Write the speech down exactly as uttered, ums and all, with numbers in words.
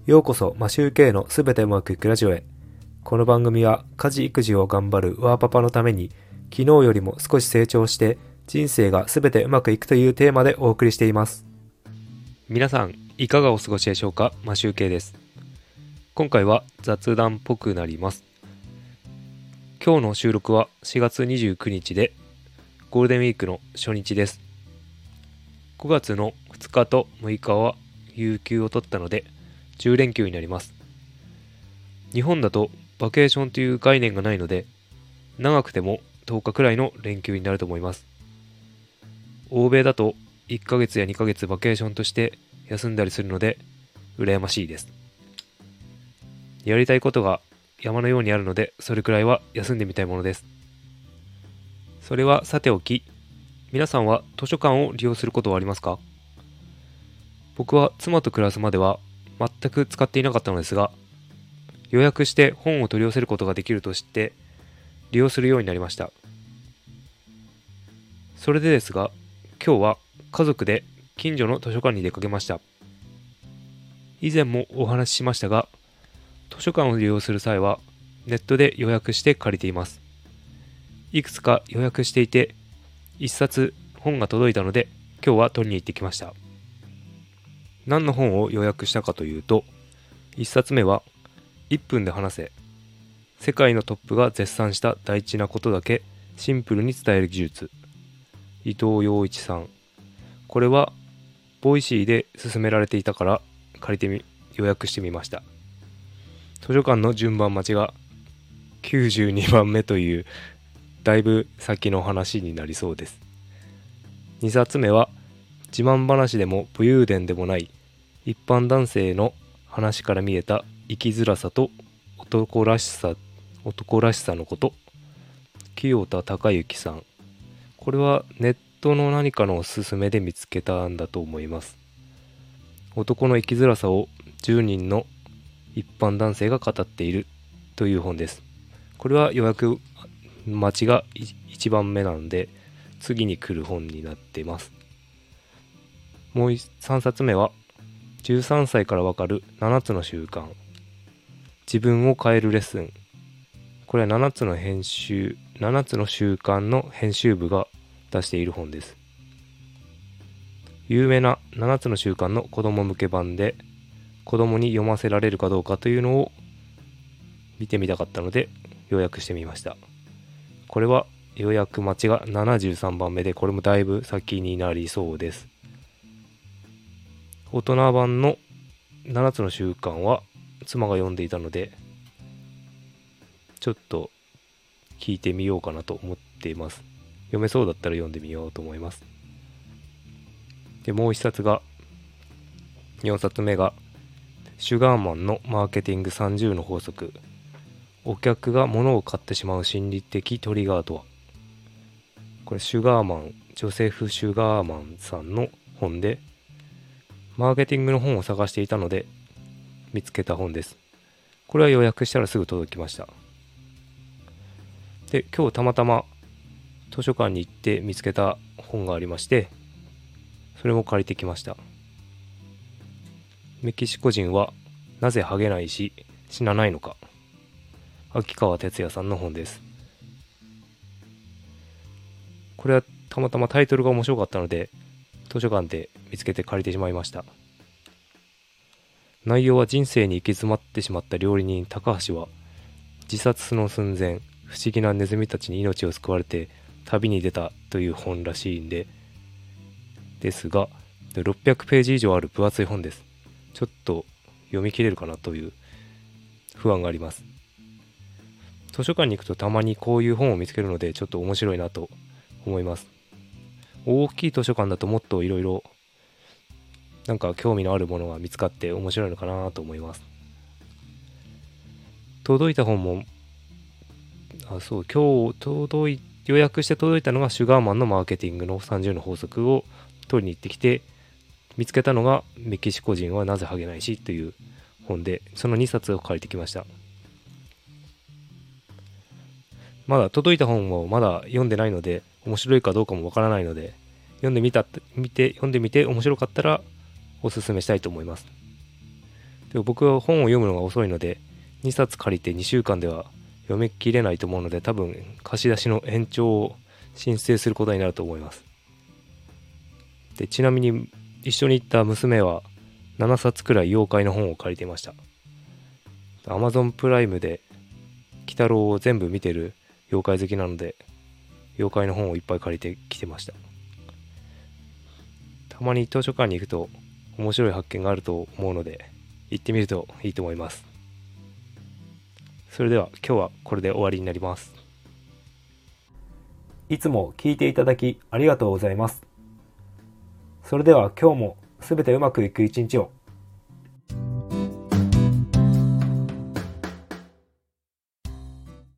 ようこそマシューケイのすべてうまくいくラジオへ。この番組は家事育児を頑張るワーパパのために、昨日よりも少し成長して人生がすべてうまくいくというテーマでお送りしています。皆さんいかがお過ごしでしょうか。マシューケイです。今回は雑談っぽくなります。今日の収録はしがつにじゅうくにちでゴールデンウィークの初日です。ごがつのふつかとむいかは有給を取ったのでじゅうれんきゅうになります。日本だとバケーションという概念がないので、長くてもとおかくらいの連休になると思います。欧米だといっかげつやにかげつバケーションとして休んだりするので羨ましいです。やりたいことが山のようにあるので、それくらいは休んでみたいものです。それはさておき、皆さんは図書館を利用することはありますか？僕は妻と暮らすまでは全く使っていなかったのですが、予約して本を取り寄せることができると知って利用するようになりました。それでですが、今日は家族で近所の図書館に出かけました。以前もお話ししましたが、図書館を利用する際はネットで予約して借りています。いくつか予約していて、一冊本が届いたので今日は取りに行ってきました。何の本を予約したかというと、一冊目はいっぷんで話せ、世界のトップが絶賛した大事なことだけシンプルに伝える技術、伊藤洋一さん。これはボイシーで勧められていたから借りてみ予約してみました。図書館の順番待ちがきゅうじゅうにばんめというだいぶ先の話になりそうです。にさつめは自慢話でも武勇伝でもない一般男性の話から見えた生きづらさと男らしさ男らしさのこと、清田隆之さん。これはネットの何かのおすすめで見つけたんだと思います。男の生きづらさをじゅうにんの一般男性が語っているという本です。これは予約待ちがいちばんめなので次に来る本になっています。もうさんさつめはじゅうさんさいからわかるななつの習慣、自分を変えるレッスン。これはななつの編集ななつの習慣の編集部が出している本です。有名なななつの習慣の子供向け版で、子供に読ませられるかどうかというのを見てみたかったので予約してみました。これは予約待ちがななじゅうさんばんめで、これもだいぶ先になりそうです。大人版のななつの習慣は妻が読んでいたので、ちょっと聞いてみようかなと思っています。読めそうだったら読んでみようと思います。で、もう一冊が、よんさつめがシュガーマンのマーケティングさんじゅうの法則、お客が物を買ってしまう心理的トリガーとは。これシュガーマンジョセフ・シュガーマンさんの本で、マーケティングの本を探していたので見つけた本です。これは予約したらすぐ届きました。で、今日たまたま図書館に行って見つけた本がありまして、それも借りてきました。メキシコ人はなぜハゲないし死なないのか、秋川哲也さんの本です。これはたまたまタイトルが面白かったので図書館で見つけて借りてしまいました。内容は、人生に行き詰まってしまった料理人高橋は自殺の寸前、不思議なネズミたちに命を救われて旅に出たという本らしいんでですが、ろっぴゃくページ以上ある分厚い本です。ちょっと読み切れるかなという不安があります。図書館に行くとたまにこういう本を見つけるので、ちょっと面白いなと思います。大きい図書館だともっといろいろなんか興味のあるものが見つかって面白いのかなと思います。届いた本も、あ、そう、今日届い予約して届いたのがシュガーマンのマーケティングのさんじゅうの法則を取りに行ってきて、見つけたのがメキシコ人はなぜハゲないしという本で、そのにさつを借りてきました。まだ届いた本をまだ読んでないので面白いかどうかもわからないので、読んでみた見て読んでみて面白かったらおすすめしたいと思います。 でも僕は本を読むのが遅いので、にさつ借りてにしゅうかんでは読み切れないと思うので、多分貸し出しの延長を申請することになると思います。で、ちなみに一緒に行った娘はななさつくらい妖怪の本を借りていました。Amazon プライムで鬼太郎を全部見てる妖怪好きなので、妖怪の本をいっぱい借りてきてました。たまに図書館に行くと面白い発見があると思うので、行ってみるといいと思います。それでは今日はこれで終わりになります。いつも聞いていただきありがとうございます。それでは今日もすべてうまくいく一日を。